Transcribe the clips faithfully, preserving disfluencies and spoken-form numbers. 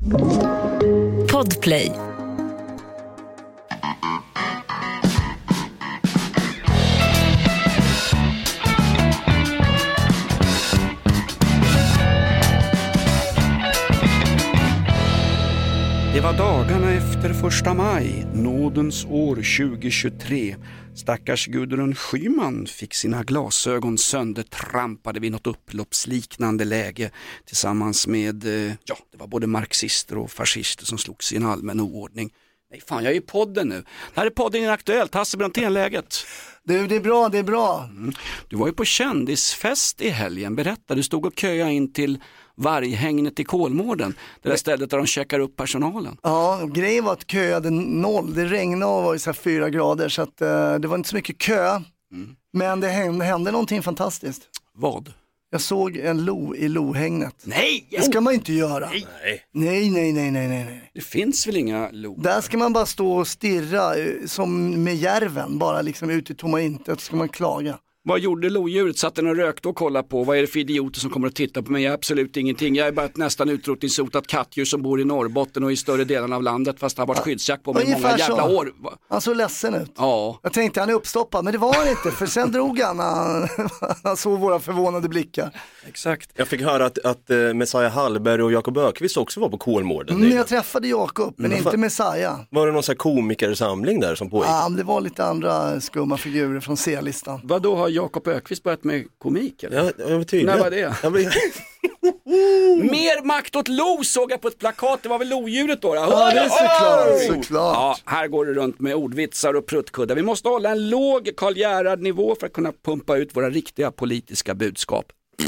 Podplay. Det var dagarna efter första maj, nådens år tjugohundratjugotre. Stackars Gudrun Schyman fick sina glasögon söndertrampade vid något upploppsliknande läge tillsammans med, ja, det var både marxister och fascister som slogs i en allmän oordning. Nej fan, jag är i podden nu. Det här är podden Aktuellt, Hasse Brontén-läget. Du, det är bra, det är bra. Mm. Du var ju på kändisfest i helgen, berätta, du stod och köade in till Varghängnet i Kolmården, det där stället där de checkar upp personalen. Ja, grejen var att köade noll, det regnade och var i så här fyra grader så att uh, det var inte så mycket kö. Mm. Men det hände, hände någonting fantastiskt. Vad? Jag såg en lo i lohägnet. Nej! Det ska man inte göra. Nej. Nej, nej, nej, nej, nej, nej. Det finns väl inga lo? Där ska man bara stå och stirra som med järven, bara liksom ut i tomma intet, så ska man klaga. Vad gjorde lodjuret? Satt den och rökte och kollade på? Vad är det för idioter som kommer att titta på mig? Jag är absolut ingenting. Jag är bara ett nästan utrotningshotat kattdjur som bor i Norrbotten och i större delen av landet fast det har varit skyddsjakt på mig i många jävla år. Han såg ledsen ut. Ja. Jag tänkte han är uppstoppad, men det var han inte. För sen drog han han, han såg våra förvånade blickar. Exakt. Jag fick höra att, att uh, Messiah Hallberg och Jakob Ökvist också var på Kolmården. Mm, jag träffade Jakob, men mm. inte Messiah. Var det någon sån här komikersamling där som pågick? Ja, det var lite andra skumma figurer från C-listan. Vad då har Jakob Ökvist börjat med komik? Eller? Ja, jag var tydlig. När var det? Jag blir... Mer makt åt lo såg jag på ett plakat. Det var väl lodjuret då? Ja, det är såklart, såklart. Ja, här går det runt med ordvitsar och pruttkuddar. Vi måste hålla en låg Karl Gerhard-nivå för att kunna pumpa ut våra riktiga politiska budskap.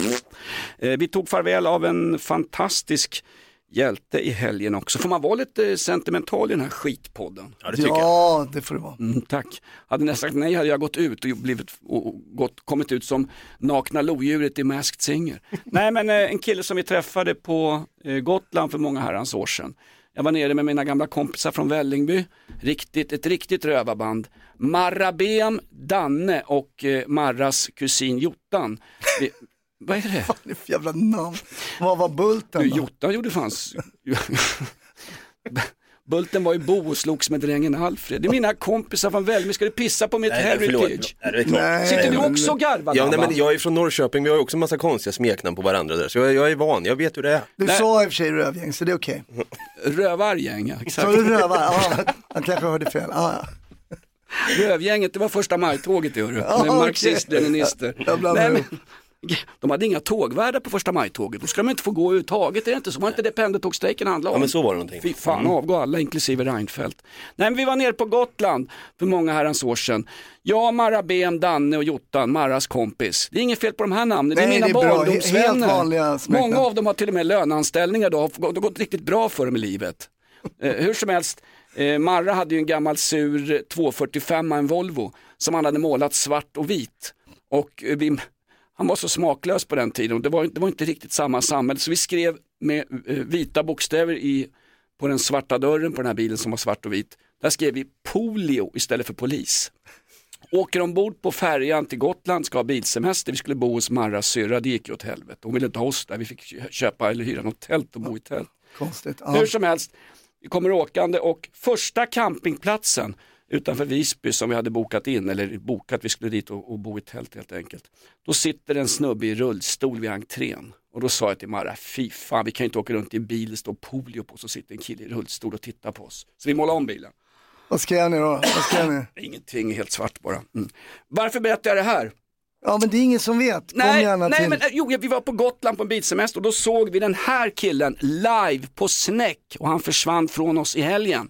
Vi tog farväl av en fantastisk hjälte i helgen också. Får man vara lite sentimental i den här skitpodden? Ja, det tycker ja, jag. det får det vara. Mm, tack. Hade nästan sagt nej hade jag gått ut och, blivit, och gått, kommit ut som nakna lodjuret i Masked Singer. Nej, men eh, en kille som vi träffade på eh, Gotland för många herrans år sedan. Jag var nere med mina gamla kompisar från Vällingby. Riktigt, ett riktigt rövarband. Marra Bem, Danne och eh, Marras kusin Jottan. Vi, vad är det? Vad är det för jävla namn? Vad var Bulten du, då? Jottan gjorde fanns... Bulten var i bo och slogs med drängen Alfred. Det är mina kompisar från Vällingby. Ska du pissa på mitt nej, heritage? Nej, det är klart. Nej, sitter du men... också och garvar? Ja, nej, men jag är från Norrköping. Vi har också en massa konstiga smeknamn på varandra där. Så jag, jag är van, jag vet hur det är. Du nej. sa i och för sig rövgäng, så det är okej. Okay. Rövargäng, ja. Exakt. Så du rövar? Ja, jag kanske hörde fel. Ja, ja. Rövgänget, det var första majtåget, gör du. Ja, med marxist-leninister. Jag, jag nej, men, de hade inga tågvärdar på första majtåget. Då ska de inte få gå överhuvudtaget. Är det inte så? Var inte det pendeltågstrejken handlade om? Ja, men så var det någonting. Fy fan, mm. avgå alla, inklusive Reinfeldt. Nej, men vi var nere på Gotland för många herrans år sedan. Jag, Marra Bem, Danne och Jottan, Marras kompis. Det är inget fel på de här namnen. Det är nej, mina det är barndomsvänner. vanliga smeknamn. Många av dem har till och med löneanställningar då. Det har gått riktigt bra för dem i livet. eh, hur som helst, eh, Marra hade ju en gammal sur tvåhundrafyrtiofem, en Volvo, som han hade målat svart och vit. Och eh, vi... Han var så smaklös på den tiden och det var, det var inte riktigt samma samhälle. Så vi skrev med eh, vita bokstäver i, på den svarta dörren på den här bilen som var svart och vit. Där skrev vi polio istället för polis. Åker ombord på färjan till Gotland, ska ha bilsemester. Vi skulle bo hos Marras syrra, det gick ju åt helvete. Hon ville inte ha oss där, vi fick köpa eller hyra något tält och bo i tält. Konstigt. Ja. Hur som helst, vi kommer åkande och första campingplatsen utanför Visby som vi hade bokat in, eller bokat, vi skulle dit och, och bo i tält helt enkelt. Då sitter en snubbe i rullstol vid entrén. Och då sa jag till Marra, fy fan, vi kan inte åka runt i en bil, det står polio på, så sitter en kille i rullstol och tittar på oss. Så vi målar om bilen. Vad ska jag nu då? Vad ska jag nu? Ingenting, helt svart bara. Mm. Varför berättar jag det här? Ja, men det är ingen som vet. Kom nej, gärna nej till. men jo, vi var på Gotland på en bilsemester och då såg vi den här killen live på Snäck och han försvann från oss i helgen.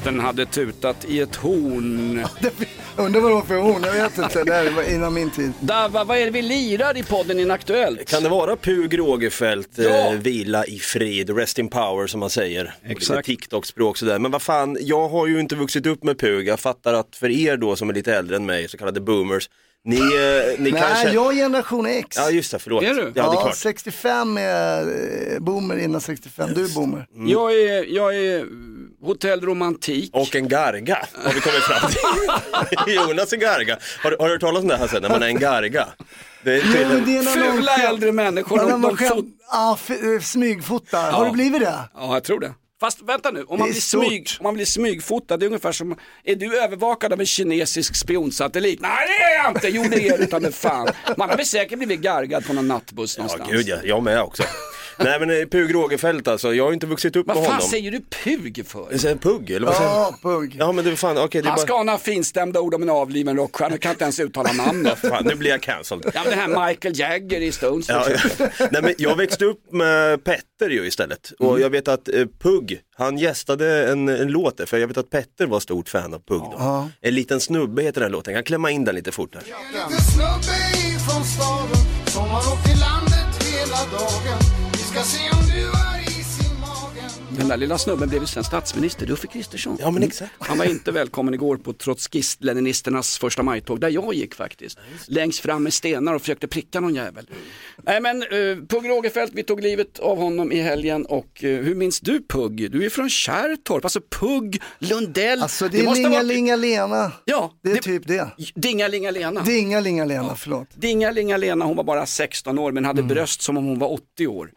Katten hade tutat i ett horn. Undrar vad det var för horn, jag vet inte, det var innan min tid. Dava, vad är det vi lirar i podden Inaktuellt? Kan det vara Pug Rogefeldt, Ja. eh, vila i frid, rest in power som man säger. Exakt. TikTok-språk sådär. Men vad fan, jag har ju inte vuxit upp med Pug. Jag fattar att för er då som är lite äldre än mig, så kallade boomers, ni, eh, ni Nej, kanske... jag är generation X. Ja just det, förlåt. Är du? Ja, Ja, det är klart. sextiofem är eh, boomer innan sextiofem, du är boomer. Mm. Jag är, jag är hotellromantik. Och en garga har vi kommit fram till. Jonas en garga. Har, har du hört talas om det här sen, när man är en garga? Det är Jo, tydligen... men det är när någon Fula skämt- äldre människor, Ja, de, när man de skämt- fot... ja, f- eh, smygfotar. Har du blivit det? Ja, jag tror det. Fast vänta nu, om man, är blir stort. smyg, om man blir smygfotad, det är ungefär som, är du övervakad av en kinesisk spionsatellit? Nej det är jag inte, jo det är det, utan med fan. Man har väl säkert blivit gargad på någon nattbuss Ja någonstans. gud ja, jag med också. Nej men eh, Pug Rogefeldt alltså, jag har inte vuxit upp Vad med fan honom. säger du pug för? Säger Pugg eller vad säger du? Ja, pugg. Ja men det är fan, okej det är Han ska bara... ha några finstämda ord om en avliven rockstjärna, jag kan inte ens uttala namnet. Fan, nu blir jag cancelled. Ja men det här Michael Jagger i Stones. Ja, ja. Nej, men jag växte upp med Petter ju istället. Och Mm. jag vet att eh, Pugg, han gästade en, en låt där, för jag vet att Petter var stort fan av Pugg då. Ja. En liten snubbe heter den låten, jag kan klämma in den lite fort här. En liten snubbe ifrån staden som har åkt till landet hela dagen. Vi ska se om du har is i magen. Den där lilla snubben blev ju sen statsminister, Uffe Kristersson. Ja men exakt. Han var inte välkommen igår på trotskist-leninisternas första majtåg, där jag gick faktiskt. Längst fram med stenar och försökte pricka någon jävel. Nej men uh, Pugg Rogefeldt, vi tog livet av honom i helgen och uh, hur minns du Pugg? Du är från Kärrtorp, alltså Pugg, Lundell. Alltså det är måste ha Linga varit- Linga Lena. Ja, Det är typ det. Dinga Linga Lena. Dinga Linga Lena, förlåt. Dinga Linga Lena, hon var bara sexton år men hade bröst som om hon var åttio år.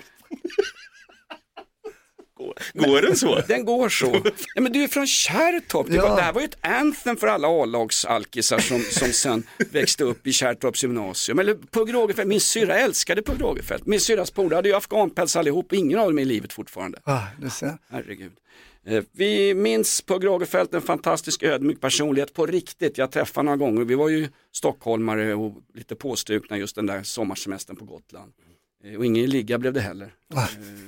Går den så? Den går så. Ja, men du är från Kärrtorp. Det, Ja. var, det här var ju ett anthem för alla A-lagsalkisar som, som sen växte upp i Kärrtorps gymnasium. Eller Pugg Rogefeldt, min syrra älskade Pugg Rogefeldt. Min syrras polare hade ju afghanpäls allihop, ingen av dem är i livet fortfarande. Ah, du ser. Herregud. Eh, Vi minns Pugg Rogefeldt, en fantastisk ödmjuk personlighet på riktigt. Jag träffade några gånger, vi var ju stockholmare och lite påstukna just den där sommarsemestern på Gotland. Eh, Och ingen ligga blev det heller. Ah.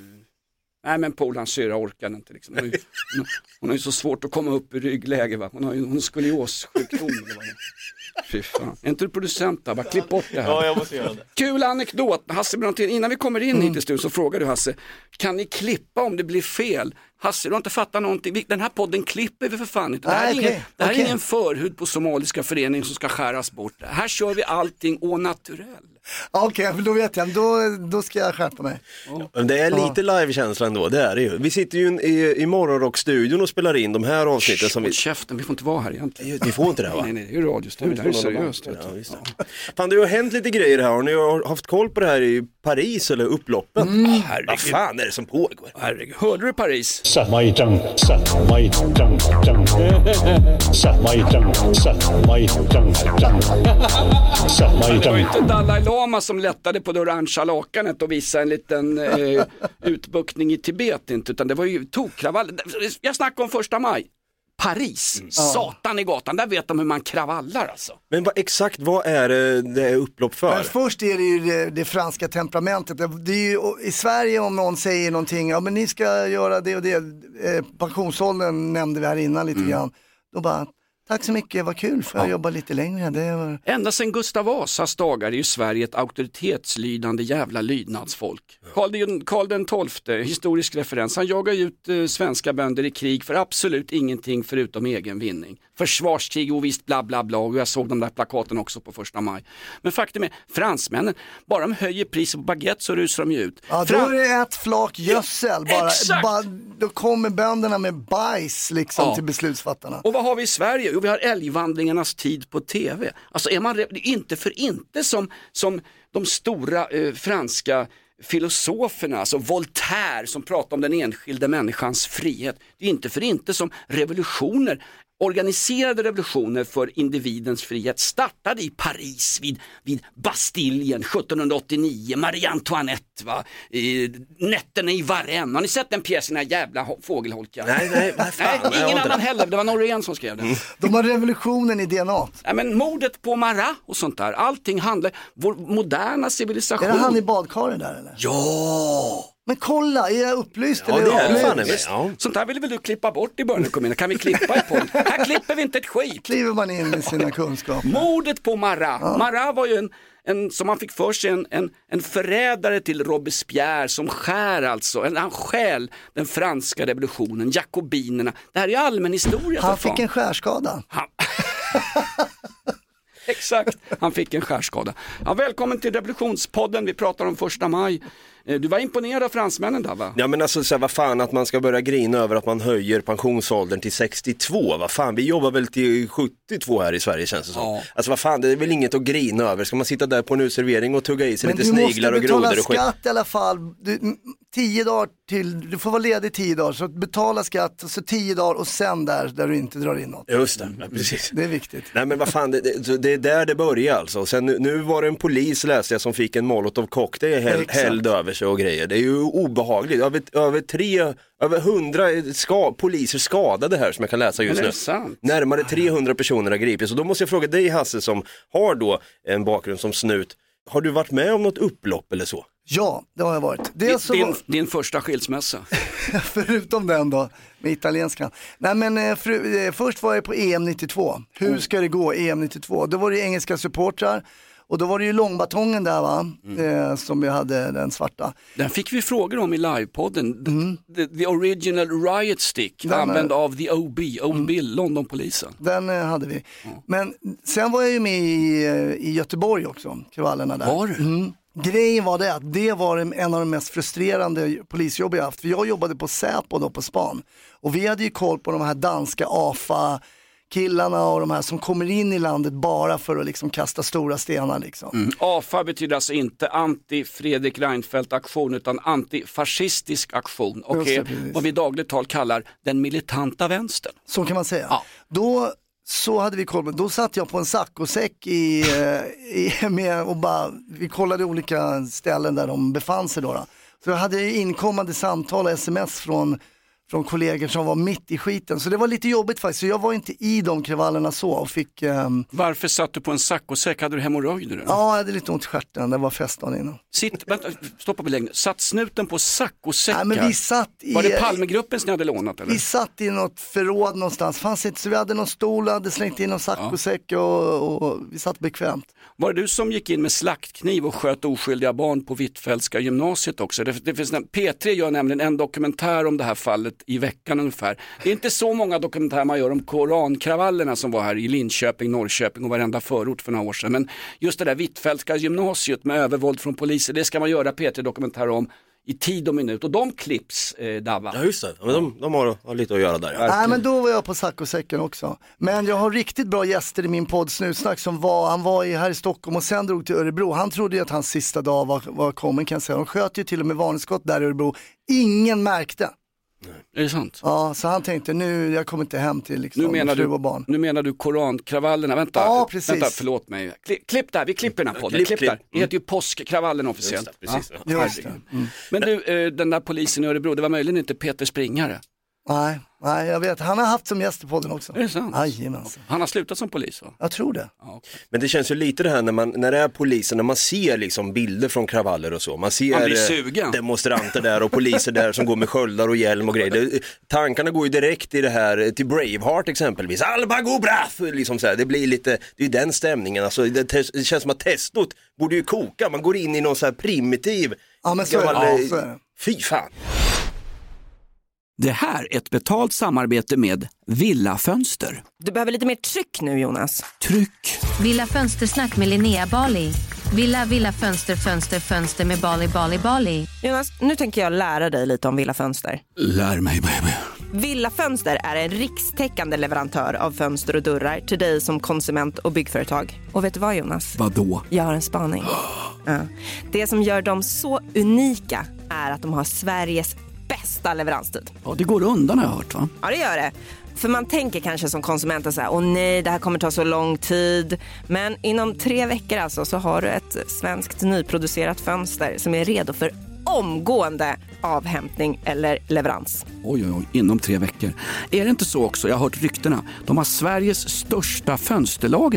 Nej men polans syra orkade inte liksom. Hon, har ju- hon, hon har ju så svårt att komma upp i ryggläge va. Hon har ju hon har skoliossjukdom. eller vad det är. Fy fan. Är inte du producent där? Bara klipp bort det här. Ja jag måste göra det. Kul anekdot. Hasse Brontén, innan vi kommer in hit i studion så frågar du Hasse, kan ni klippa om det blir fel? Hasse, du har inte fattat någonting. Vi- Den här podden klipper vi för fan inte. Det här, Nej, är, ingen, okej, det här är okej. ingen förhud på somaliska föreningen som ska skäras bort. Här kör vi allting au naturell. Okej, okay, då vet jag. Då, då ska jag skärpa mig. Men det är lite live-känsla ändå, det är det ju. Vi sitter ju i, i morgonrockstudion och spelar in de här avsnitten som vi... Håll käften, vi får inte vara här egentligen. Vi får inte det här va? Nej, nej, det är ju radiostudio, det här är seriöst. vet Ja, du. visst det. Fan det har hänt lite grejer här, har ni har haft koll på det här i Paris eller upploppen? Mm. Vad fan är det som pågår? Herregud. Hörde du Paris? 杀蚂蚁仗，杀蚂蚁仗仗，杀蚂蚁仗，杀蚂蚁仗仗，杀蚂蚁 Det var ju 仗。 inte Dalai Lama som lättade på det orangea lakanet och visade en liten eh, utbuktning i Tibet inte, utan det var ju tokkravall. Jag snackar om första maj. Paris, satan i gatan, där vet de hur man kravallar alltså. Men vad, exakt vad är det, det är upplopp för? Men först är det ju det, det franska temperamentet. Det är ju, i Sverige om någon säger någonting, ja men ni ska göra det och det. Eh, pensionsåldern nämnde vi här innan lite grann. Då bara, tack så mycket, vad kul för jag jobbar lite längre. Det var... Ända sedan Gustav Vasas dagar är ju Sverige ett auktoritetslydande jävla lydnadsfolk. Karl, Karl den tolfte, historisk referens, han jagar ut eh, svenska bönder i krig för absolut ingenting förutom egen vinning. Försvarskrig och visst bla bla bla, och jag såg de där plakaten också på första maj. Men faktum är, fransmännen, bara de höjer priset på baguette så rusar de ju ut. Ja, då Fran- är det ett flak gödsel. Bara, Exakt. bara, då kommer bönderna med bajs liksom Ja. till beslutsfattarna. Och vad har vi i Sverige? Jo, vi har älgvandringarnas tid på tv. Alltså är man re- inte för inte som, som de stora eh, franska filosoferna, alltså Voltaire som pratar om den enskilda människans frihet. Det är inte för inte som revolutioner, organiserade revolutioner för individens frihet startade i Paris vid, vid Bastiljen sjuttonhundraåttionio, Marie Antoinette, va? I, nätterna i Varennes. Har ni sett den pjäsen, den här jävla ho- fågelholkar? Nej, nej, vad fan, Nej, jag har ingen inte annan det. heller, det var Norén som skrev den. De har revolutionen i D N A. Nej, men mordet på Marat och sånt där, allting handlar, vår moderna civilisation. Är det han i badkaret där eller? Ja! Men kolla, är jag upplyst Ja, eller det är upplyst? fan är med. Ja. Sånt här vill väl du klippa bort i början av kommunen? Kan vi klippa i podden? Här klipper vi inte ett skit. Kliver man in med sina kunskaper. Mordet på Marat. Ja. Marat var ju en, en, som man fick för sig, en, en, en förrädare till Robespierre som skär alltså. En, han skäl den franska revolutionen, jakobinerna. Det här är ju allmän historia. Han fick en skärskada. Han... Exakt, han fick en skärskada. Ja, välkommen till Revolutionspodden, vi pratar om första maj. Du var imponerad av fransmännen där, va? Ja, men alltså så här, vad fan att man ska börja grina över att man höjer pensionsåldern till sextiotvå. Vad fan, vi jobbar väl till sjuttiotvå här i Sverige, känns det som. Ja. Alltså vad fan, det är väl inget att grina över. Ska man sitta där på en uteservering och tugga i sig men lite sniglar och grodor och skit? Men du måste betala skatt i alla fall. Du, tio dagar till, du får vara ledig tio dagar. Så betala skatt, så tio dagar och sen där, där du inte drar in något. Just det, ja, precis. Det är viktigt. Nej men vad fan, det, det, det är där det börjar alltså. Och sen, nu, nu var det en polis, läste jag, som fick en molotov cocktail häll, hälld över sig och grejer. Det är ju obehagligt. Över, över tre, över hundra ska, poliser skadade här som jag kan läsa just nu. Sant? Närmare trehundra personer har gripits. Så då måste jag fråga dig, Hasse, som har då en bakgrund som snut. Har du varit med om något upplopp eller så? Ja, det har jag varit. Det är din, så... din, din första skilsmässa. Förutom den då, med italienskan. Nej men för, först var jag på E M nittiotvå. Hur ska det gå E M nittiotvå? Då var det engelska supportrar. Och då var det ju långbatongen där, va? Mm. Eh, som vi hade, den svarta. Den fick vi frågor om i livepodden. Mm. The, the original riot stick, den, använd av the O B, Owen Bill, mm. Londonpolisen. Den eh, hade vi. Mm. Men sen var jag ju med i, i Göteborg också, kravallerna där. Var mm. Grejen var det att det var en av de mest frustrerande polisjobb jag haft. För jag jobbade på Säpo då på span. Och vi hade ju koll på de här danska A F A killarna och de här som kommer in i landet bara för att liksom kasta stora stenar liksom. Mm. A F A betyder alltså inte anti-Fredrik Reinfeldt-aktion utan antifascistisk aktion. Och okay, vad vi i dagligt tal kallar den militanta vänstern. Så kan man säga. Ja. Då så hade vi koll, då satt jag på en saccosäck i, i, med och bara, vi kollade olika ställen där de befann sig då. då. Så jag hade inkommande samtal och sms från från kollegor som var mitt i skiten. Så det var lite jobbigt faktiskt. Så jag var inte i de kravallerna så och fick... Um... Varför satt du på en saccosäck? Hade du hemorrojder? Ja, jag hade lite ont i stjärten. Det var festan innan. Sitt, vänta, stoppa på längre. Satt snuten på saccosäckar? Nej, men vi satt i... Var det Palmegruppen som ni hade lånat? Eller? Vi satt i något förråd någonstans. Fanns inte, så vi hade någon stol, hade slängt in någon saccosäck ja. och, och vi satt bekvämt. Var det du som gick in med slaktkniv och sköt oskyldiga barn på Hvitfeldtska gymnasiet också? Det, det finns, P tre gör nämligen en dokumentär om det här fallet i veckan ungefär. Det är inte så många dokumentärer man gör om korankravallerna som var här i Linköping, Norrköping och varenda förort för några år sedan. Men just det där Hvitfeldtska gymnasiet med övervåld från poliser, det ska man göra P tre-dokumentärer om i tid och minut. Och de klipps, eh, Dava. Ja just det, men de, de har, har lite att göra där. Ja. Nej men då var jag på saccosäcken också. Men jag har riktigt bra gäster i min podd Snutsnack som var, han var i, här i Stockholm och sen drog till Örebro. Han trodde ju att hans sista dag var, var kommen kan jag säga. De sköt ju till och med varningsskott där i Örebro. Ingen märkte. Nej. Är det sant? Ja, så han tänkte nu, jag kommer inte hem till liksom, nu menar fru du, och barn. Nu menar du korankravallerna, vänta, ja, precis. vänta, förlåt mig. Klipp, klipp där, vi klipper den här podden, klipp, klipp, klipp där. Det heter ju påskkravallen officiellt. Just det, precis. Ja. Just det. Mm. Men du, den där polisen i Örebro, det var möjligen inte Peter Springare? Nej, nej, jag vet. Han har haft som gäst i podden också. Är det sant? Jajamensan. Han har slutat som polis, va? Jag tror det. Ja, okay. Men det känns ju lite det här när, man, när det är polisen, när man ser liksom bilder från kravaller och så. Man ser demonstranter där och poliser där som går med sköldar och hjälm och grejer. Det, tankarna går ju direkt i det här, till Braveheart exempelvis. Alba go braff! Liksom så här. Det blir lite, det är ju den stämningen. Alltså, det, det känns som att testot borde ju koka. Man går in i någon så här primitiv... Ja, men så är det. Ja, så är det. Fy fan! Det här är ett betalt samarbete med Villa Fönster. Du behöver lite mer tryck nu, Jonas. Tryck. Villa Fönstersnack med Linnea Bali. Villa, Villa Fönster, Fönster, Fönster med Bali, Bali, Bali. Jonas, nu tänker jag lära dig lite om Villa Fönster. Lär mig, baby. Villa Fönster är en rikstäckande leverantör av fönster och dörrar till dig som konsument och byggföretag. Och vet du vad, Jonas? Vadå? Jag har en spaning. Ja. Det som gör dem så unika är att de har Sveriges bästa leveranstid. Ja, det går undan har jag hört, va? Ja, det gör det. För man tänker kanske som konsument så här, åh nej, det här kommer ta så lång tid. Men inom tre veckor alltså så har du ett svenskt nyproducerat fönster som är redo för omgående avhämtning eller leverans. Oj, oj, oj, inom tre veckor. Är det inte så också, jag har hört ryktena, de har Sveriges största fönsterlager, va?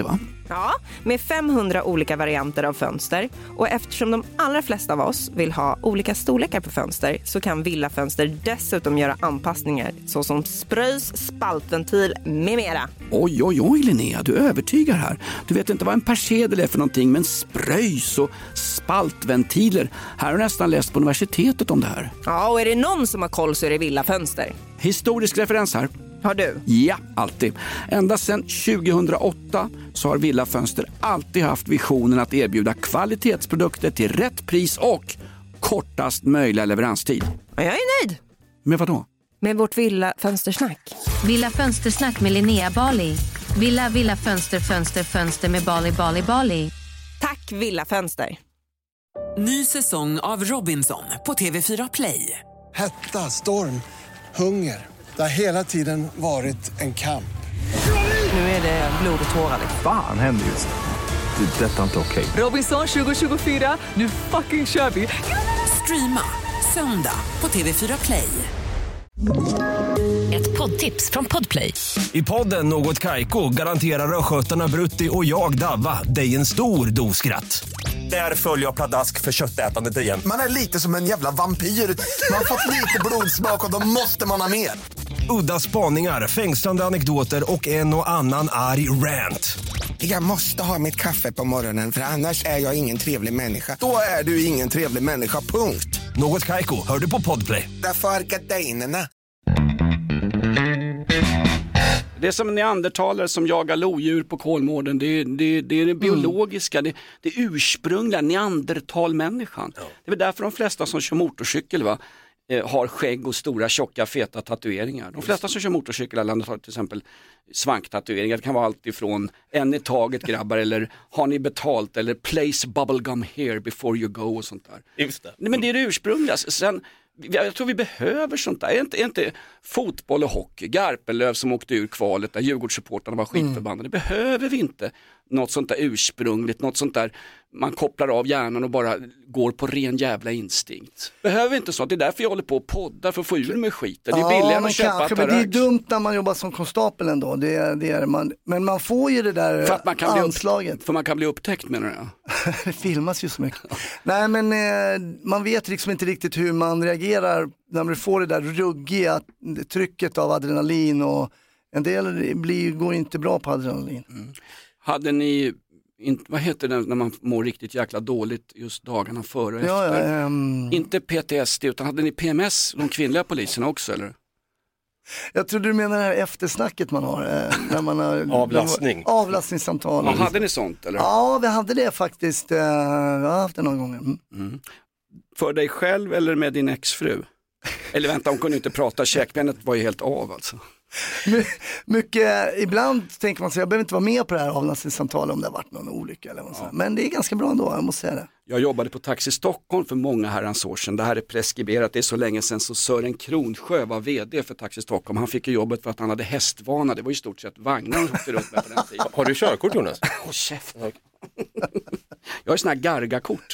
Ja, med femhundra olika varianter av fönster. Och eftersom de allra flesta av oss vill ha olika storlekar på fönster så kan Villa Fönster dessutom göra anpassningar såsom spröjs, spaltventil med mera. Oj, oj, oj Linnea, du övertygar här. Du vet inte vad en persedel är för någonting, men spröjs och spaltventiler. Här har jag nästan läst på universitetet om det här. Ja, och är det någon som har koll så är det Villa Fönster. Historisk referens här. Har du? Ja, alltid. Ända sedan tjugohundraåtta så har Villa Fönster alltid haft visionen att erbjuda kvalitetsprodukter till rätt pris och kortast möjliga leveranstid. Jag är nöjd. Med vad då? Med vårt Villa Fönstersnack. Villa Fönstersnack med Linnea Bali. Villa, Villa Fönster, Fönster, Fönster med Bali, Bali, Bali. Tack Villa Fönster. Ny säsong av Robinson på T V fyra Play. Hetta, storm, hunger. Det har hela tiden varit en kamp. Nu är det blod och tårar. Fan händer just det. Det är detta inte okej. Robinson tjugo tjugofyra, nu fucking kör vi. Streama söndag på T V fyra Play. Ett poddtips från Podplay. I podden Något Kaiko garanterar röskötarna Brutti och jag Davva dig en stor doskratt. Där följer jag pladask för köttätandet igen. Man är lite som en jävla vampyr. Man har fått lite blodsmak och då måste man ha mer. Udda spaningar, fängslande anekdoter och en och annan arg rant. Jag måste ha mitt kaffe på morgonen för annars är jag ingen trevlig människa. Då är du ingen trevlig människa, punkt. Något Kaiko, hör du på Podplay. Därför är gardinerna. Det är som neandertalare som jagar lodjur på Kolmården. Det är det, det, är det biologiska, det, det ursprungliga neandertalmänniskan. Ja. Det är därför de flesta som kör motorcykel va, eh, har skägg och stora, tjocka, feta tatueringar. De flesta som kör motorcykel i landet har till exempel svanktatueringar. Det kan vara allt ifrån en i taget grabbar eller har ni betalt eller place bubblegum here before you go och sånt där. Just det. Nej, men det är det ursprungliga. Sen jag tror vi behöver sånt där. Är inte, är inte fotboll och hockey, Garpenlöv som åkte ur kvalet där Djurgårdssupportarna var skitförbannade. Mm. Behöver vi inte något sånt där ursprungligt, något sånt där man kopplar av hjärnan och bara går på ren jävla instinkt. Behöver vi inte så. Det är därför jag håller på och poddar för att få ur med skiten. Det är ja, billigare att köpa kanske, men det är dumt när man jobbar som konstapel ändå. Det är, det är man. Men man får ju det där för att man kan anslaget. Bli upp, för man kan bli upptäckt menar jag. Det filmas ju så mycket. Nej men eh, man vet liksom inte riktigt hur man reagerar när man får det där ruggiga trycket av adrenalin och en del blir, går inte bra på adrenalin. Mm. Hade ni, in, vad heter det när man mår riktigt jäkla dåligt just dagarna före och ja, efter? Ja, um... Inte P T S D utan hade ni P M S, de kvinnliga poliserna också eller? Jag tror du menar det här eftersnacket man har. Eh, när man har avlastning. Avlastningssamtal. Ja, hade ni sånt eller? Ja, vi hade det faktiskt. Eh, jag har haft det några gånger. Mm. Mm. För dig själv eller med din exfru? Eller vänta, hon kunde inte prata, käkbenet var ju helt av alltså. My, mycket, ibland tänker man sig, jag behöver inte vara med på det här avlastningssamtalet om det har varit någon olycka eller vad ja. Men det är ganska bra ändå, jag måste säga det. Jag jobbade på Taxi Stockholm för många herrans år sedan. Det här är preskriberat, det är så länge sedan så Sören Kronsjö var vd för Taxi Stockholm. Han fick ju jobbet för att han hade hästvana, det var i stort sett vagnar han åkte runt med på den tiden. Har du körkort Jonas? Åh, käft. Jag har sån här gargakort.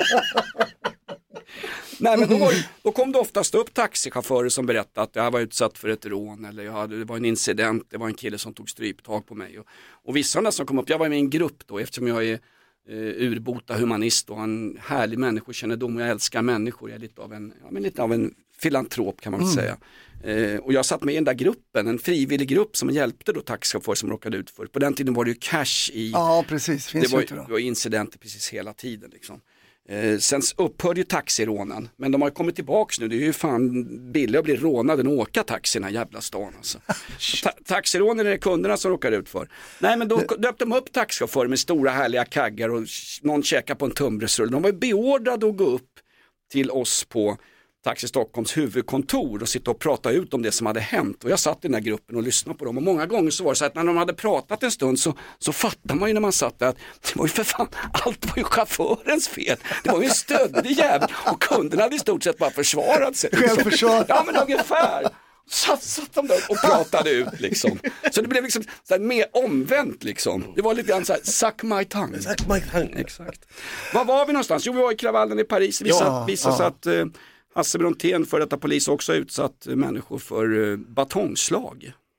Nej men då, var, då kom det oftast upp taxichaufförer som berättade att jag var utsatt för ett rån eller jag hade, det var en incident, det var en kille som tog stryptag på mig och, och vissa av dem som kom upp, jag var med i en grupp då eftersom jag är eh, urbota humanist och har en härlig människokännedom och jag älskar människor, jag är lite av en, ja, men lite av en filantrop kan man mm. säga. Eh, och jag satt med i den där gruppen, en frivillig grupp som hjälpte då taxichaufförer som råkade ut för. På den tiden var det ju cash i, ja precis, finns det var, inte då. Det var incidenter precis hela tiden liksom. Eh, sen upphörde ju taxirånen, men de har kommit tillbaks nu, det är ju fan billigt att bli rånad än att åka taxi i den här jävla stan alltså. Ta- taxirånen är det kunderna som råkar ut för. Nej men då det... döpte de upp taxichaufförer med stora härliga kaggar och någon käkar på en tunnbrödsrulle. De var ju beordrade att gå upp till oss på Taxi Stockholms huvudkontor och sitta och prata ut om det som hade hänt. Och jag satt i den här gruppen och lyssnade på dem. Och många gånger så var det så att när de hade pratat en stund så, så fattar man ju när man satt där att det var ju för fan, allt var ju chaufförens fel. Det var ju en stöddig jävel och kunderna hade i stort sett bara försvarat sig. Självförsvar. Ja men ungefär. Satt, satt de där och pratade ut liksom. Så det blev liksom så här, mer omvänt liksom. Det var lite grann så här, suck my tongue. Suck my tongue. Exakt. Var var vi någonstans? Jo vi var i kravallen i Paris. Vi ja, visade sig att eh, Hasse Brontén, för detta polis, också utsatt människor för eh, batongslag.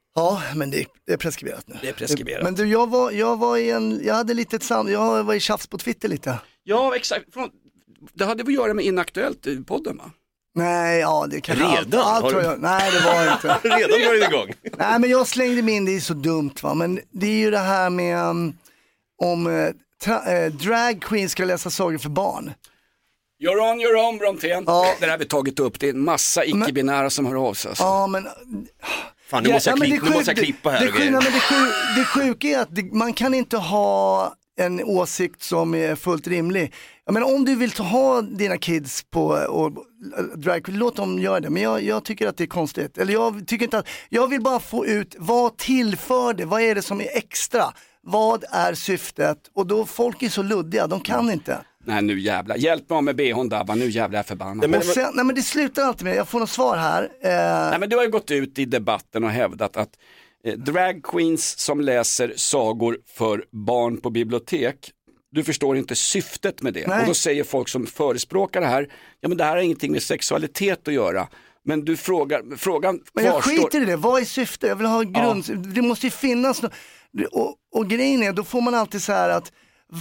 Ja, men det, det är preskriberat nu. Det är preskriberat. Men du, jag var, jag var i en, jag hade lite sam, jag var i tjafs på Twitter lite. Ja, exakt. Det hade vi att göra med Inaktuellt i podden, va? Nej, ja det kan Redan? allt, allt tror jag. Nej, det var inte. Redan var det igång. Nej, men jag slängde mig in, det är så dumt va. Men det är ju det här med um, om uh, tra- uh, drag queens ska läsa sagor för barn. You're on, you're on, Brontén. Ja. Det där har vi tagit upp. Det är en massa icke-binära som hör av sig. Alltså. Ja, men... Fan, nu måste jag, ja, klipp, nu måste jag klippa här. Det, det, det, men det, sjuk, det sjuka är att det, man kan inte ha en åsikt som är fullt rimlig. Jag menar, om du vill ta, ha dina kids på och, drag, låt dem göra det. Men jag, jag tycker att det är konstigt. Eller jag tycker inte att, jag vill bara få ut, vad tillför det? Vad är det som är extra? Vad är syftet? Och då, folk är så luddiga, de kan inte. Nej, nu jävla. Hjälp mig med B H Dabba, nu jävla är förbannad. Nej, men, nej men det slutar alltid med, jag får något svar här. Eh... Nej men du har ju gått ut i debatten och hävdat att eh, drag queens som läser sagor för barn på bibliotek, du förstår inte syftet med det. Nej. Och då säger folk som förespråkar det här, ja men det här har ingenting med sexualitet att göra. Men du frågar, frågan Men jag kvarstår... skiter i det, vad är syftet? Jag vill ha grund, ja. Det måste ju finnas något. Och, och grejen är, då får man alltid så här att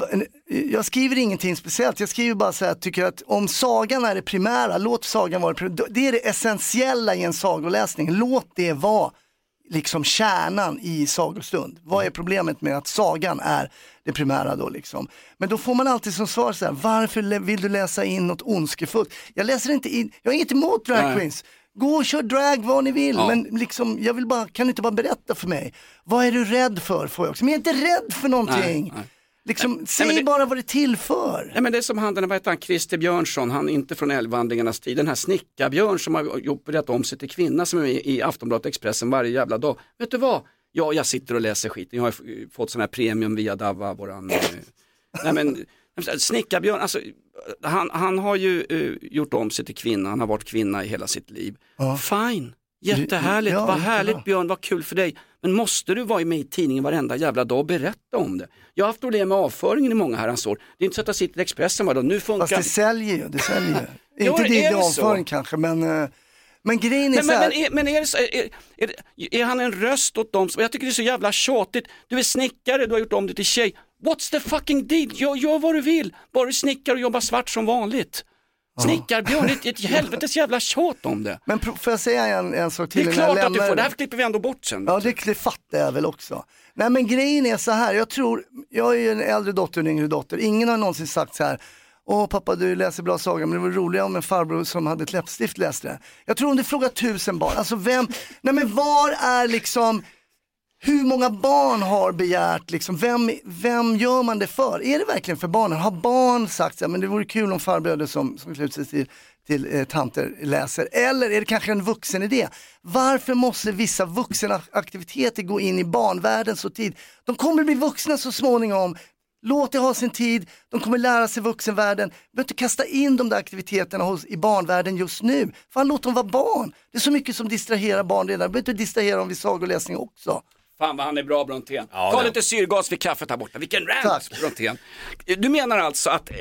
jag skriver ingenting speciellt, jag skriver bara så här, tycker att om sagan är det primära, låt sagan vara det primära. Det är det essentiella i en sagoläsning, låt det vara liksom kärnan i sagostund. Vad är problemet med att sagan är det primära då liksom? Men då får man alltid som svar så här, varför vill du läsa in något ondskefullt? Jag läser inte in, jag är inte emot drag queens. Gå och kör drag vad ni vill, ja. Men liksom, jag vill bara, kan du inte bara berätta för mig, vad är du rädd för? Får jag också? Men jag är inte rädd för någonting. Nej, nej. Liksom, nej, säg det, bara vad det tillför. Nej, men det är som han, vad heter han, Christer Björnsson, han är inte från Älvvandringarnas tid, den här snickarbjörn som har opererat om sig till kvinna som är med i Aftonbladet Expressen varje jävla dag. Vet du vad? Ja, jag sitter och läser skiten, jag har fått sån här premium via Dava, våran... eh, nej men, snickarbjörn, alltså, han, han har ju uh, gjort om sig till kvinna, han har varit kvinna i hela sitt liv. Ja. Fine, jättehärligt, ja, vad härligt bra. Björn, vad kul för dig. Men måste du vara med i tidningen varenda jävla dag och berätta om det? Jag har haft problem med avföringen i många herrans år. Det är inte så att jag sitter i Expressen var då. Nu funkar... Fast det säljer ju, det säljer ju. Inte det är avföring kanske, men, men grejen är men, så här... Men, men, är, men är, det, är, är, är han en röst åt dem som... Jag tycker det är så jävla tjatigt. Du är snickare, du har gjort om det till tjej. What's the fucking deal? Gör, gör vad du vill. Bara du snickar och jobbar svart som vanligt. Snickarbjörn, det är ett helvetes jävla tjat om det. Men får jag säga en, en sak till? Det är klart att du får, det här klipper vi ändå bort sen. Ja, det, det fattar jag väl också. Nej, men grejen är så här, jag tror, jag är ju en äldre dotter och en yngre dotter. Ingen har någonsin sagt så här, åh pappa du läser bra saga, men det var roligare om en farbror som hade ett läppstift läste det. Jag tror om du frågar tusen barn, alltså vem, nej men var är liksom... Hur många barn har begärt, liksom, vem, vem gör man det för? Är det verkligen för barnen? Har barn sagt att det vore kul om farbröder som, som slutar till, till eh, tanter läser? Eller är det kanske en vuxen idé? Varför måste vissa vuxna aktiviteter gå in i barnvärlden så tid? De kommer bli vuxna så småningom. Låt det ha sin tid, de kommer lära sig vuxenvärlden. Du behöver inte kasta in de där aktiviteterna hos, i barnvärlden just nu. Fan, låt dem vara barn. Det är så mycket som distraherar barn redan. Du behöver inte distrahera dem vid sagoläsning också. Fan vad han är bra, Brontén. Ja, ta lite syrgas vid kaffet här borta. Vilken rant, Brontén. Du menar alltså att eh,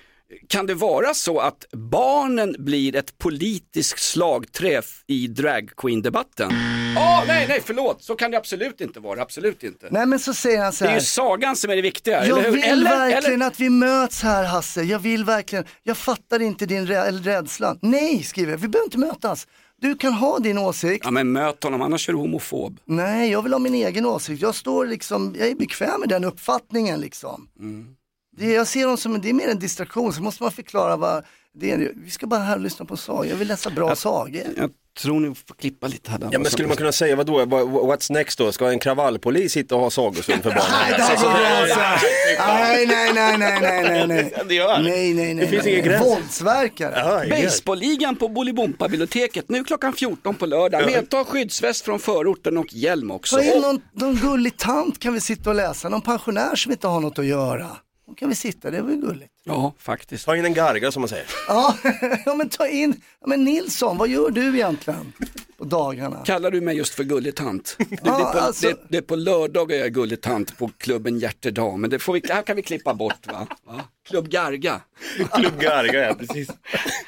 kan det vara så att barnen blir ett politiskt slagträff i drag queen-debatten? Åh, oh, nej, nej, förlåt. Så kan det absolut inte vara. Absolut inte. Nej, men så säger han så här. Det är ju sagan som är det viktiga. Jag eller hur? vill eller, verkligen eller... att vi möts här, Hasse. Jag vill verkligen. Jag fattar inte din rä- rädsla. Nej, skriver jag. Vi behöver inte mötas. Du kan ha din åsikt. Ja, men möt honom, annars är du homofob. Nej, jag vill ha min egen åsikt. Jag står liksom, jag är bekväm med den uppfattningen liksom. Mm. Det, jag ser dem som, det är mer en distraktion, så måste man förklara vad det är. Vi ska bara här och lyssna på sagor. Jag vill läsa bra jag, sagor. Jag tror ni får klippa lite här. Ja, men skulle man kunna säga, vad då? What's next då? Ska en kravallpolis sitta och ha sagostund för barnen? Nej, nej, nej, nej, nej, nej, nej. Det gör. Nej, nej, nej. Det finns ingen gräns. Våldsverkare. Baseballligan på Bolibompa-biblioteket. Nu klockan fjorton på lördag. Medta skyddsväst från förorten och hjälm också. Vad är någon, någon gullig tant kan vi sitta och läsa? Någon pensionär som inte har något att göra. Då kan vi sitta, det var ju gulligt. Ja, faktiskt. Ta in en garga som man säger. Ja, ja men ta in, ja, men Nilsson, vad gör du egentligen på dagarna? Kallar du mig just för gullig tant? Du, ja, det, är på, alltså... det, det är på lördag jag är gullig tant på klubben Hjärtedag, men det får vi, här kan vi klippa bort va? va? Klubb Garga. Klubb Garga, ja precis.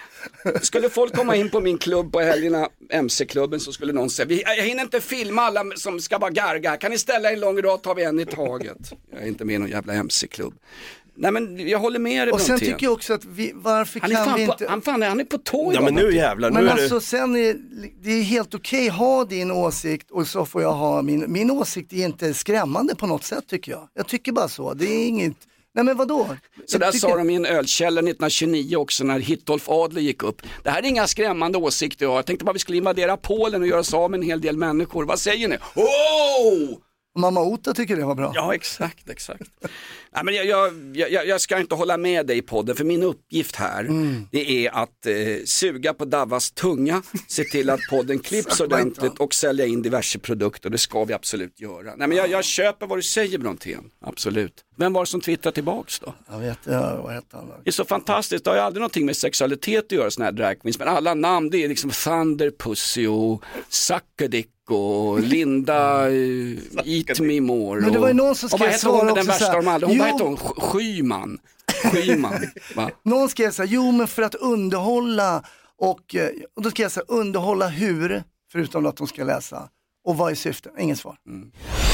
Skulle folk komma in på min klubb på helgerna, M C-klubben, så skulle någon säga, jag hinner inte filma alla som ska bara garga, kan ni ställa en lång rad, tar vi en i taget. Jag är inte med i någon jävla M C-klubb. Nej, men jag håller med dig. Och sen tycker jag också att vi, varför han kan är vi på, inte... Han, fan, han är på tå. Ja, men nu jävlar. Men nu alltså är det... sen är det är helt okej, ha din åsikt och så får jag ha min, min åsikt är inte skrämmande på något sätt tycker jag. Jag tycker bara så, det är inget, nej men vadå? Så där tycker... sa de i en ölkällare nittonhundratjugonio också när Hitolf Adler gick upp. Det här är inga skrämmande åsikter jag har. Jag tänkte bara vi skulle invadera Polen och göra oss av med en hel del människor. Vad säger ni? Oh! Mamma Ota tycker det var bra. Ja, exakt, exakt. Nej, men jag, jag, jag, jag ska inte hålla med dig i podden, för min uppgift här mm. det är att eh, suga på Davas tunga, se till att podden klipps ordentligt och sälja in diverse produkter. Det ska vi absolut göra. Nej, men jag, jag köper vad du säger, Brontén. Absolut. Vem var det som twittrade tillbaks då? Jag vet, ja, vad heter han då? Det är så fantastiskt, det har ju aldrig någonting med sexualitet att göra, såna här drag queens, men alla namn det är liksom Thunder Pussy och Suckerdick och Linda uh, Eat Me More. Men det var ju någon som skrev svara också den värsta såhär, de aldrig. Hon, vad heter hon? Skyman. Skyman. Va? Någon skrev såhär, jo men för att underhålla och, och då skrev jag såhär, underhålla hur, förutom att de ska läsa. Och vad är syftet? Ingen svar. Mm.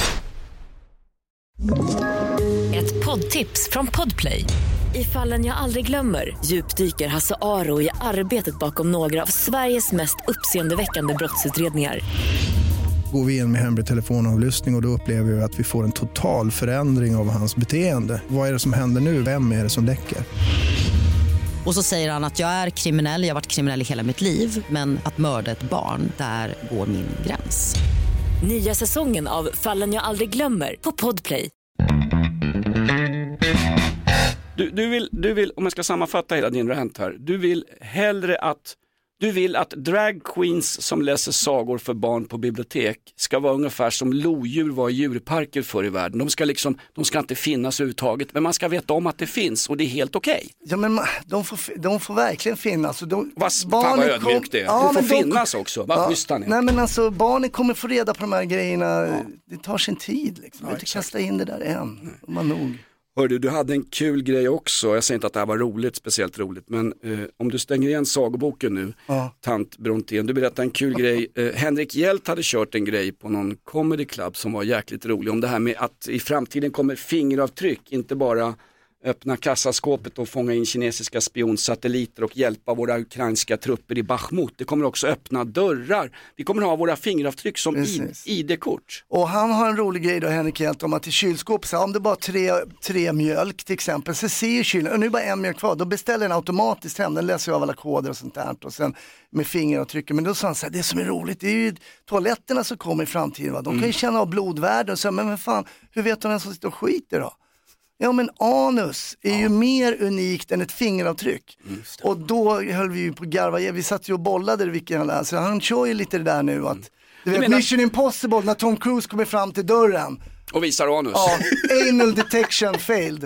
Ett poddtips från Podplay. I Fallen jag aldrig glömmer djupdyker Hasse Aro i arbetet bakom några av Sveriges mest uppseendeväckande brottsutredningar. Går vi in med hemlig telefonavlyssning och, och då upplever vi att vi får en total förändring av hans beteende. Vad är det som händer nu? Vem är det som läcker? Och så säger han att jag är kriminell, jag har varit kriminell i hela mitt liv, men att mörda ett barn, där går min gräns. Nya säsongen av Fallen jag aldrig glömmer på Podplay. Du, du, vill, du vill, om jag ska sammanfatta hela din rant här, du vill hellre att du vill att drag queens som läser sagor för barn på bibliotek ska vara ungefär som lodjur var i djurparker förr i världen. De ska liksom, de ska inte finnas överhuvudtaget, men man ska veta om att det finns och det är helt okej. Okay. Ja, men de får, de får verkligen finnas. De, vad fan vad ödmjukt det är. Ja, de får de, finnas också. Vad ja, schyssta ni. Nej, men alltså barnen kommer få reda på de här grejerna. Ja. Det tar sin tid liksom. Ja, inte kasta in det där än. Man nog. Hörde, du hade en kul grej också. Jag säger inte att det här var roligt, speciellt roligt. Men eh, om du stänger igen sagoboken nu, ja. Tant Brontén, du berättade en kul grej. Eh, Henrik Hjelt hade kört en grej på någon comedy club som var jäkligt rolig. Om det här med att i framtiden kommer fingeravtryck, inte bara öppna kassaskåpet och fånga in kinesiska spionsatelliter och hjälpa våra ukrainska trupper i Bachmut. Det kommer också öppna dörrar. Vi kommer ha våra fingeravtryck som I D-kort. Och han har en rolig grej då, Henrik Hjelt, om att i kylskåp, så om det bara tre, tre mjölk till exempel, så ser ju kylen, och nu är bara en mjölk kvar, då beställer den automatiskt hem, den läser av alla koder och sånt där, och sen med fingeravtrycken. Men då sa han så här, det som är roligt, det är ju toaletterna som kommer i framtiden, va? De kan ju mm. känna av blodvärden och så, men, men fan, hur vet de vem som sitter och skiter då? Ja, men anus är ja. ju mer unikt än ett fingeravtryck. Och då höll vi ju på garva. Vi satt ju och bollade vilken han läser. Han kör ju lite det där nu att du vet, menar... Mission Impossible när Tom Cruise kommer fram till dörren. Och visar anus. Ja, anal detection failed.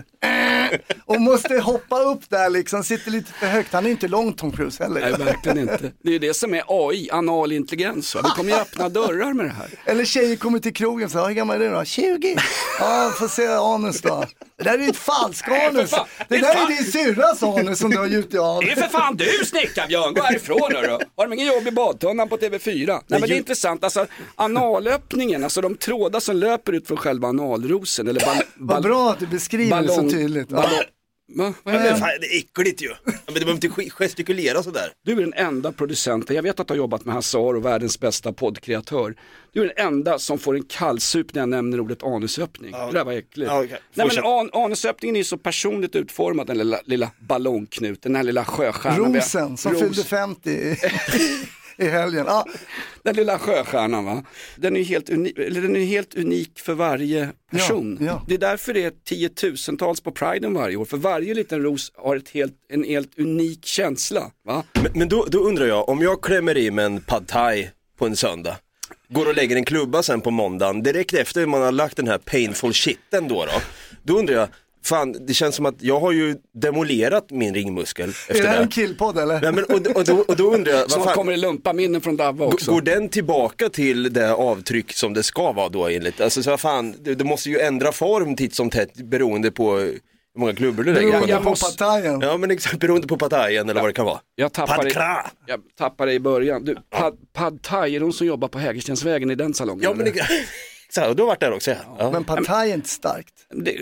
Och måste hoppa upp där liksom, sitter lite för högt. Han är inte lång, Tom Cruise heller. Nej, verkligen inte. Det är ju det som är A I, anal intelligens. Vi kommer ju öppna dörrar med det här. Eller tjejer kommer till krogen så, hur gammal är du då? tjugo. Ja, får se anus då. Det där är ju ett falsk anus. Nej, det, det där är din syrras anus som du har gjutit av. Det är för fan du, Snickarbjörn. Gå härifrån nu då. Har de ingen jobb i badtunnan på T V fyra? Nej, men det är intressant. Alltså, analöppningen, alltså de trådar som löper ut från själva analrosen. Eller ball- Vad bra att du beskriver ballong, det så tydligt. Ballong, Va? Vad är det? Fan, det är äckligt ju. Men du behöver inte gestikulera sådär. Du är den enda producenten. Jag vet att du har jobbat med Hassar och världens bästa poddkreatör. Du är den enda som får en kallsup när jag nämner ordet anusöppning. Ja. Det där var äckligt. Ja, okay. Nej, men an- anusöppningen är så personligt utformad, den lilla, lilla ballongknuten, den här lilla sjöstjärnan. Rosen som Ros. fyllde femtio i helgen. Ja. Den lilla sjöstjärnan, va? Den är helt unik, eller den är helt unik för varje person. Ja, ja. Det är därför det är tiotusentals på Priden varje år. För varje liten ros har ett helt, en helt unik känsla, va? Men, men då, då undrar jag, om jag klämmer i med en pad thai på en söndag, går och lägger en klubba sen på måndagen, direkt efter man har lagt den här painful shiten då då, då undrar jag, fan, det känns som att jag har ju demolerat min ringmuskel efter det. Är det här en killpodd eller? Ja, men, och, och, då, och då undrar jag, så kommer det lumpa minnen från Davva också. Går den tillbaka till det avtryck som det ska vara då enligt? Alltså så fan, det, det måste ju ändra form titt som tätt beroende på, Hur många klubbor du lägger? Beroende jag på måste- partajen. Ja, men exakt, beroende på partajen eller vad det kan vara. Jag tappade, Pad kra. jag tappade i början. Du, pad, pad thai, är de som jobbar på Hägerstensvägen i den salongen? Ja, men eller? det, exakt, du har varit där också. Ja. Ja. Men partaj är inte starkt. Det,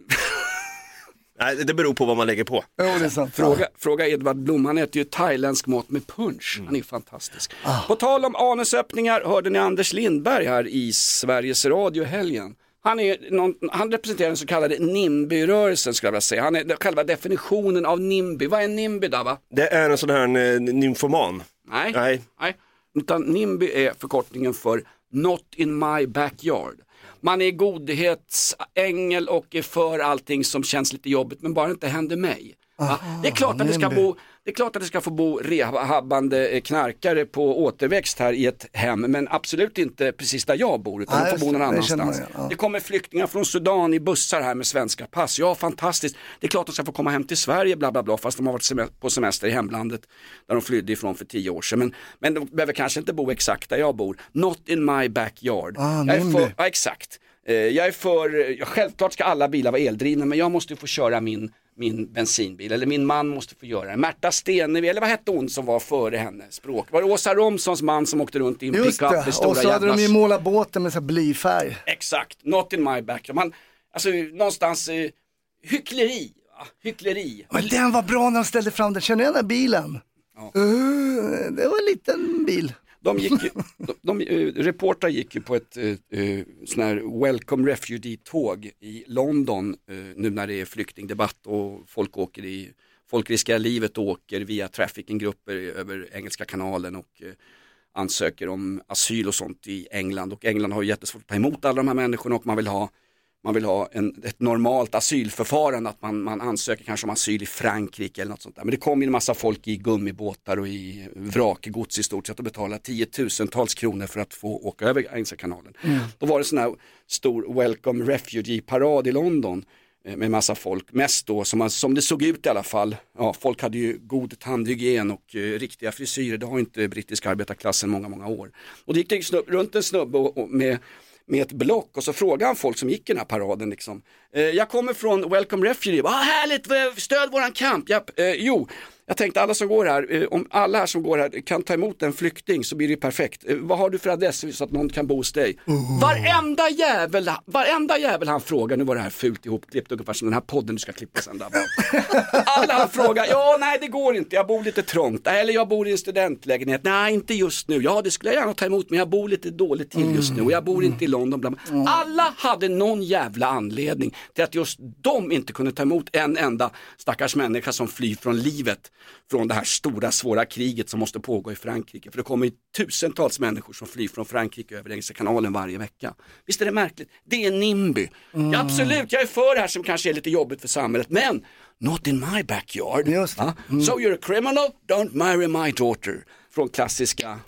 Nej, det beror på vad man lägger på. Jo, det är sant. fråga, fråga Edvard Blom, han äter ju thailändsk mat med punch. Han är ju fantastisk. På tal om anusöppningar hörde ni Anders Lindberg här i Sveriges Radio helgen. Han, är någon, han representerar den så kallade NIMBY-rörelsen skulle jag vilja säga. Han är själva definitionen av NIMBY. Vad är NIMBY då, va? Det är en sån här eh, nymfoman. Nej. Nej. Nej. Utan NIMBY är förkortningen för Not in my backyard. Man är godhetsängel och är för allting som känns lite jobbigt men bara inte händer mig. Va? Det är klart att det ska bo, det är klart att det ska få bo rehabbande knarkare på återväxt här i ett hem, men absolut inte precis där jag bor, utan Nej, de får bo någon det annanstans. känner man, ja. Det kommer flyktingar från Sudan i bussar här med svenska pass. Ja, fantastiskt. Det är klart att de ska få komma hem till Sverige, bla bla bla, fast de har varit sem- på semester i hemlandet där de flydde ifrån för tio år sedan. Men, men de behöver kanske inte bo exakt där jag bor. Not in my backyard. Ah, jag är för, ja, exakt. Eh, Jag är för, ja, självklart ska alla bilar vara eldrivna, men jag måste få köra min min bensinbil, eller min man måste få göra det. Märta Stenevi, eller vad hette hon som var före henne? Språk. Var det Åsa Romsons man som åkte runt i en Just pickup det, med stora och så hade jävla... de ju målat båten med så här blyfärg. Exakt, not in my backyard. Man, alltså någonstans eh, hyckleri, va? Hyckleri. Men den var bra när de ställde fram den. Känner du den där bilen? Ja. Uh, det var en liten bil. De gick ju, de, de, uh, reportrar gick ju på ett uh, uh, sån här Welcome Refugee-tåg i London uh, nu när det är flyktingdebatt och folk åker i, folk riskerar livet och åker via trafficking-grupper över Engelska kanalen och uh, ansöker om asyl och sånt i England, och England har ju jättesvårt att ta emot alla de här människorna, och man vill ha Man vill ha en, ett normalt asylförfarande, att man, man ansöker kanske om asyl i Frankrike eller något sånt där. Men det kom ju en massa folk i gummibåtar och i vrakgods i stort sett och betalade tiotusentals kronor för att få åka över Engelska kanalen. Mm. Då var det sån här stor Welcome Refugee-parad i London eh, med massa folk. Mest då, som, man, som det såg ut i alla fall, ja, folk hade ju god tandhygien och eh, riktiga frisyrer. Det har inte brittiska arbetarklassen många, många år. Och det gick snubb, runt en snubbe och, och med med ett block, och så frågade han folk som gick i den här paraden liksom. Eh, jag kommer från Welcome Refugee. Ah, härligt, stöd våran kamp. Japp, eh, jo, jag tänkte alla som går här, eh, om alla här som går här kan ta emot en flykting så blir det perfekt. Eh, vad har du för adress så att någon kan bo hos dig? Uh. Varenda jävel, varenda jävel han frågar, nu var det här fult ihopklippt ungefär som den här podden du ska klippa sen där. Alla han frågar, ja nej det går inte, jag bor lite trångt. Eller jag bor i en studentlägenhet. Nej, inte just nu. Ja, det skulle jag gärna ta emot, men jag bor lite dåligt till just nu och jag bor inte i London. Bla bla. Alla hade någon jävla anledning till att just de inte kunde ta emot en enda stackars människa som flyr från livet, från det här stora svåra kriget som måste pågå i Frankrike. För det kommer ju tusentals människor som flyr från Frankrike över Engelska kanalen varje vecka. Visst är det märkligt? Det är NIMBY. Mm. Ja, absolut, jag är för det här som kanske är lite jobbigt för samhället, men not in my backyard. Just det. Mm. So you're a criminal, don't marry my daughter. Från klassiska...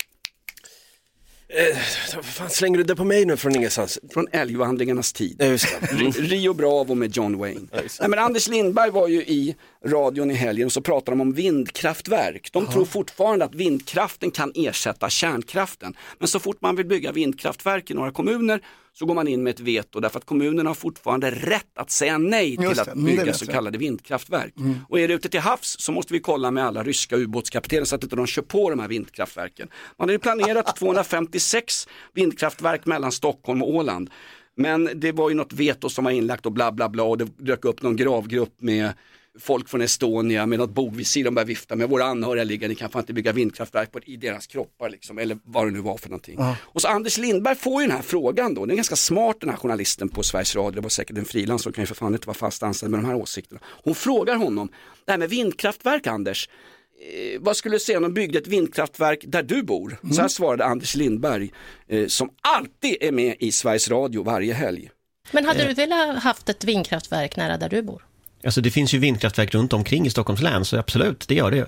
Eh, vad fan slänger du det på mig nu från ingenstans? Från älgvandringarnas tid. Ja, just det. Rio Bravo med John Wayne. Ja, Nej, men Anders Lindberg var ju i radion i helgen och så pratade de om vindkraftverk. De Aha. tror fortfarande att vindkraften kan ersätta kärnkraften. Men så fort man vill bygga vindkraftverk i några kommuner så går man in med ett veto, därför att kommunerna har fortfarande rätt att säga nej till Just att det, bygga så kallade vindkraftverk. Mm. Och är det ute till havs så måste vi kolla med alla ryska ubåtskaptener så att inte de kör på de här vindkraftverken. Man hade planerat tvåhundrafemtiosex vindkraftverk mellan Stockholm och Åland. Men det var ju något veto som var inlagt och bla bla bla, och det dök upp någon gravgrupp med folk från Estonia med något bogvisir, de började vifta med våra anhöriga ligger, ni kan fan inte bygga vindkraftverk på, i deras kroppar liksom, eller vad det nu var för någonting. Ja. Och så Anders Lindberg får ju den här frågan då, den är ganska smart den här journalisten på Sveriges Radio, det var säkert en frilans som kan ju för fan inte vara fast anställd med de här åsikterna. Hon frågar honom, det här med vindkraftverk Anders, eh, vad skulle du säga om de byggde ett vindkraftverk där du bor? Mm. Så här svarade Anders Lindberg, eh, som alltid är med i Sveriges Radio varje helg. Men hade du velat haft ett vindkraftverk nära där du bor? Alltså det finns ju vindkraftverk runt omkring i Stockholms län, så absolut, det gör det ju.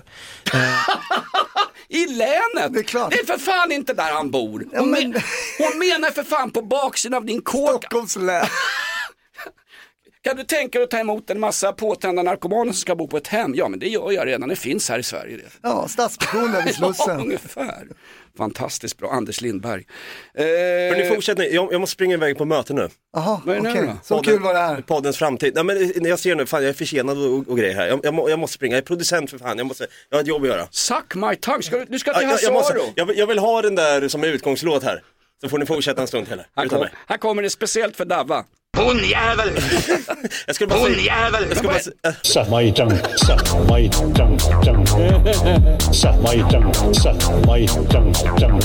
I länet? Det är klart. Det är för fan inte där han bor. Hon, Ja, men... men... hon menar för fan på baksidan av din kåk. Stockholms län. Kan du tänka dig att ta emot en massa påtända narkomaner som ska bo på ett hem? Ja, men det gör jag redan, det finns här i Sverige. Det. Ja, stadsmissionen vid Slussen. Ja, ungefär. Fantastiskt bra, Anders Lindberg. Eh... Hörrni, fortsätt, jag, jag måste springa iväg på möte nu. Jaha, okej. Okay. Så Podden, kul var det här. Poddens framtid. Nej, men när jag ser nu, fan jag är försenad och, och grejer här. Jag, jag, må, jag måste springa, jag är producent för fan. Jag, måste, jag har ett jobb att göra. Suck my tongue, ska du, du ska till ja, Hasse jag, måste, Aro. jag, jag vill ha den där som är utgångslåt här. Så får ni fortsätta en stund till. Här, kom, här kommer det speciellt för Davva. Hon jävel! Jag skulle bara Hon säga, jävel! Jag ska bara säga, Suck my tongue, suck my tongue, tongue. Suck my tongue, suck my tongue, tongue.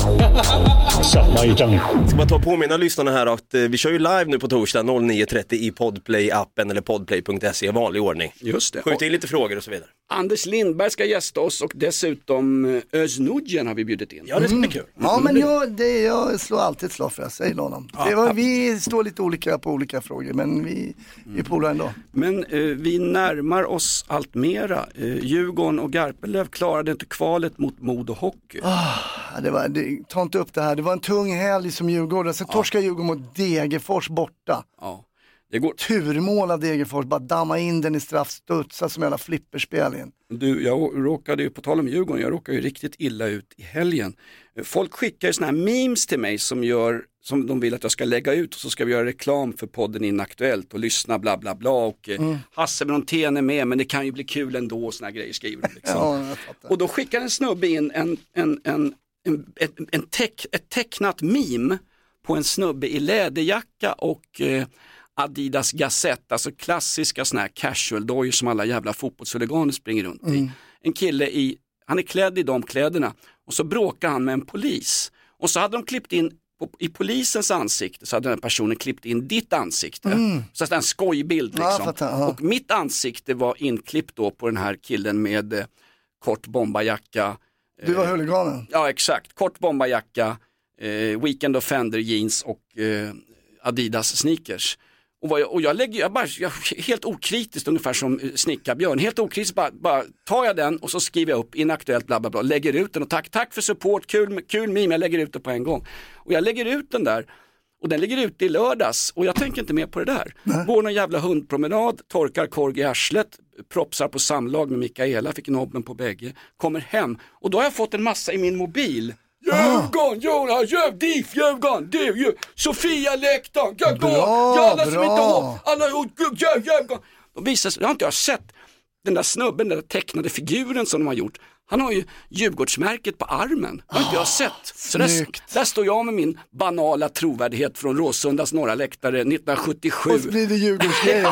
Suck my tongue. Jag ska bara ta och påminna lyssnarna här att eh, vi kör ju live nu på torsdag nio trettio i Podplay-appen eller podplay punkt se i vanlig ordning. Just det. Skjut in lite frågor och så vidare. Anders Lindberg ska gästa oss och dessutom Özz Nujen har vi bjudit in. Ja, det ska bli kul. Ja, men jag, det, jag slår alltid ett slag för jag säger honom. Det var, vi står lite olika på olika frågor, men vi, vi är polare ändå. Men eh, vi närmar oss allt mera. Eh, Djurgården och Garpenlöv klarade inte kvalet mot Modo Hockey. Ah, det var, det, ta inte upp det här. Det var en tung helg som Djurgården. Sen ja. torskade Djurgården mot Degerfors borta. Ja. Det går... Turmål av Degerfors, bara damma in den i straffstutsa som jävla flipperspel igen. Du, jag råkade ju, på tal om Djurgården, jag råkade ju riktigt illa ut i helgen. Folk skickar ju såna här memes till mig som gör, som de vill att jag ska lägga ut och så ska vi göra reklam för podden Inaktuellt och lyssna bla bla bla och mm. Hasse Brontén är med men det kan ju bli kul ändå och såna här grejer skriver de liksom. Ja, och då skickar en snubbe in en, en, en, en, en, en teck, ett tecknat meme på en snubbe i läderjacka och eh, Adidas Gazette, alltså klassiska såna här casual dojor som alla jävla fotbollshuliganer springer runt i. Mm. En kille i, han är klädd i de kläderna och så bråkar han med en polis. Och så hade de klippt in, på, i polisens ansikte så hade den personen klippt in ditt ansikte. Mm. Så det är en skojbild liksom. Ja, fattar, och mitt ansikte var inklippt då på den här killen med eh, kort bombarjacka. Du var huliganen? Ja, exakt. Kort bombarjacka, eh, Weekend Offender jeans och eh, Adidas sneakers. Och jag, och jag lägger, jag bara, jag, helt okritiskt ungefär som Snickarbjörn, helt okritiskt bara, bara tar jag den och så skriver jag upp Inaktuellt bla bla bla, lägger ut den och tack, tack för support, kul, kul meme, jag lägger ut det på en gång. Och jag lägger ut den där och den ligger ute i lördags och jag tänker inte mer på det där. Nej. Går någon jävla hundpromenad, torkar korg i arslet, propsar på samlag med Mikaela, fick nobben på bägge, kommer hem och då har jag fått en massa i min mobil. Djurgården, Jonas, Djurgården, Diff, Djurgården, Diff, Sofia Läktaren, alla som inte har, alla, Djurgården. De visar sig, jag har inte jag sett den där snubben, den där tecknade figuren som de har gjort. Han har ju Djurgårdsmärket på armen, har inte jag sett. Så där, där står jag med min banala trovärdighet från Råsundas norra läktare nittonhundrasjuttiosju. Och så blir det Djurgårdsgrejer.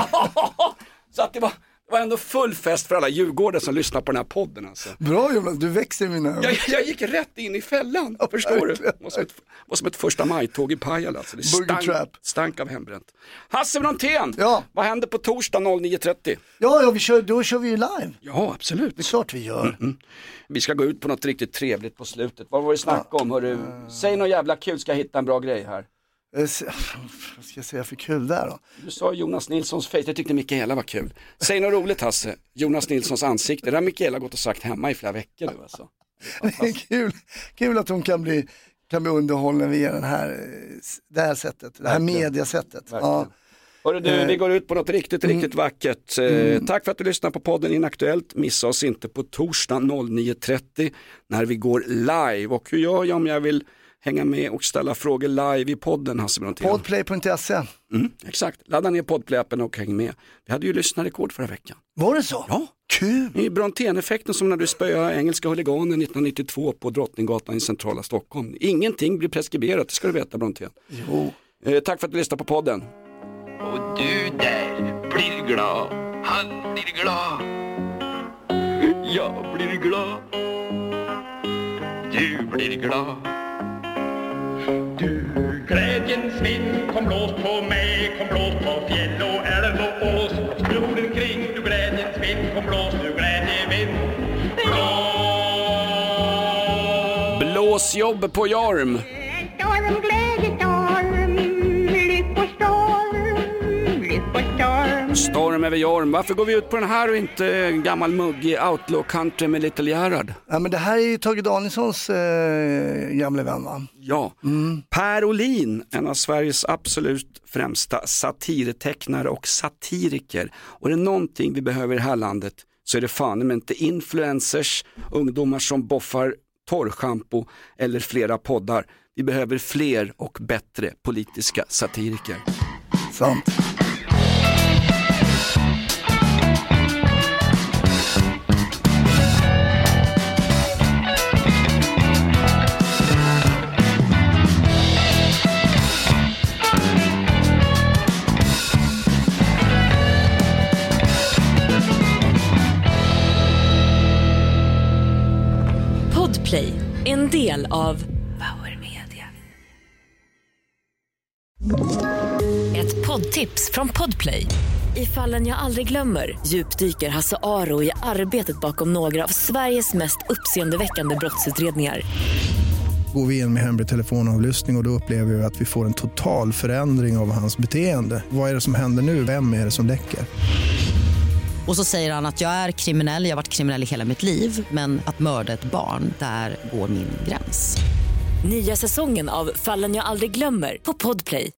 Så att det var... Det var ändå full fest för alla djurgårdar som lyssnar på den här podden. Alltså. Bra Jonas, du växer i mina ögon. Jag, jag gick rätt in i fällan, ja, förstår verkligen. Du? Det var som ett, var som ett första majtåg i Pajala. Alltså. Det stank, stank av hembränt. Hasse Brontén, ja. Vad händer på torsdag nio trettio? Ja, ja vi kör, då kör vi ju live. Ja, absolut. Det är klart vi gör. Mm -hmm. Vi ska gå ut på något riktigt trevligt på slutet. Vad var det snack om? Hörru? Säg någon jävla kul, ska jag hitta en bra grej här. Vad ska jag säga för kul där då? Du sa Jonas Nilssons face, jag tyckte Mikaela var kul. Säg något roligt Hasse, Jonas Nilssons ansikte. Det har Mikaela gått och sagt hemma i flera veckor nu alltså. Det är kul, kul att hon kan bli, kan bli underhållen via den här, det här sättet, det här mediasättet. Ja. Hörru du, vi går ut på något riktigt, riktigt mm. vackert. Mm. Tack för att du lyssnar på podden Inaktuellt. Missa oss inte på torsdag nio trettio när vi går live. Och hur gör jag om jag vill hänga med och ställa frågor live i podden, Hasse Brontén? podplay punkt se. Mm, exakt, ladda ner Podplay-appen och häng med. Vi hade ju lyssnarrekord förra veckan. Var det så? Ja. Kul! I Brontén-effekten som när du spöade engelska huliganer nittonhundranittiotvå på Drottninggatan i centrala Stockholm. Ingenting blir preskriberat, det ska du veta Brontén. Jo. Eh, tack för att du lyssnar på podden. Och du där blir glad, han blir glad. Jag blir glad. Du blir glad. Du, glädjens vind kom blås på mig, kom blås på fjäll och älv och ås. Jorden kring, du glädjens vind kom blås, du glädjevind. Blås! Blåsjobb på Jorm. Storm, glädjestorm, lyckostorm, lyckostorm. Storm över Jorm. Varför går vi ut på den här och inte gammal muggig outlaw country med Little Gerhard? Ja, men det här är ju Tage Danielssons eh, gamla vän, va? Ja. Mm. Per Olin, en av Sveriges absolut främsta satirtecknare och satiriker. Och det är någonting vi behöver i det här landet, så är det fan men inte influencers, ungdomar som boffar torrschampo eller flera poddar. Vi behöver fler och bättre politiska satiriker. Sant. Podplay, en del av Power Media. Ett poddtips från Podplay. I Fallen jag aldrig glömmer djupdyker Hasse Aro i arbetet bakom några av Sveriges mest uppseendeväckande brottsutredningar. Går vi in med hemlig telefonavlyssning och, och då upplever vi att vi får en total förändring av hans beteende. Vad är det som händer nu? Vem är det som läcker? Och så säger han att jag är kriminell, jag har varit kriminell i hela mitt liv. Men att mörda ett barn, där går min gräns. Nya säsongen av Fallen jag aldrig glömmer på Podplay.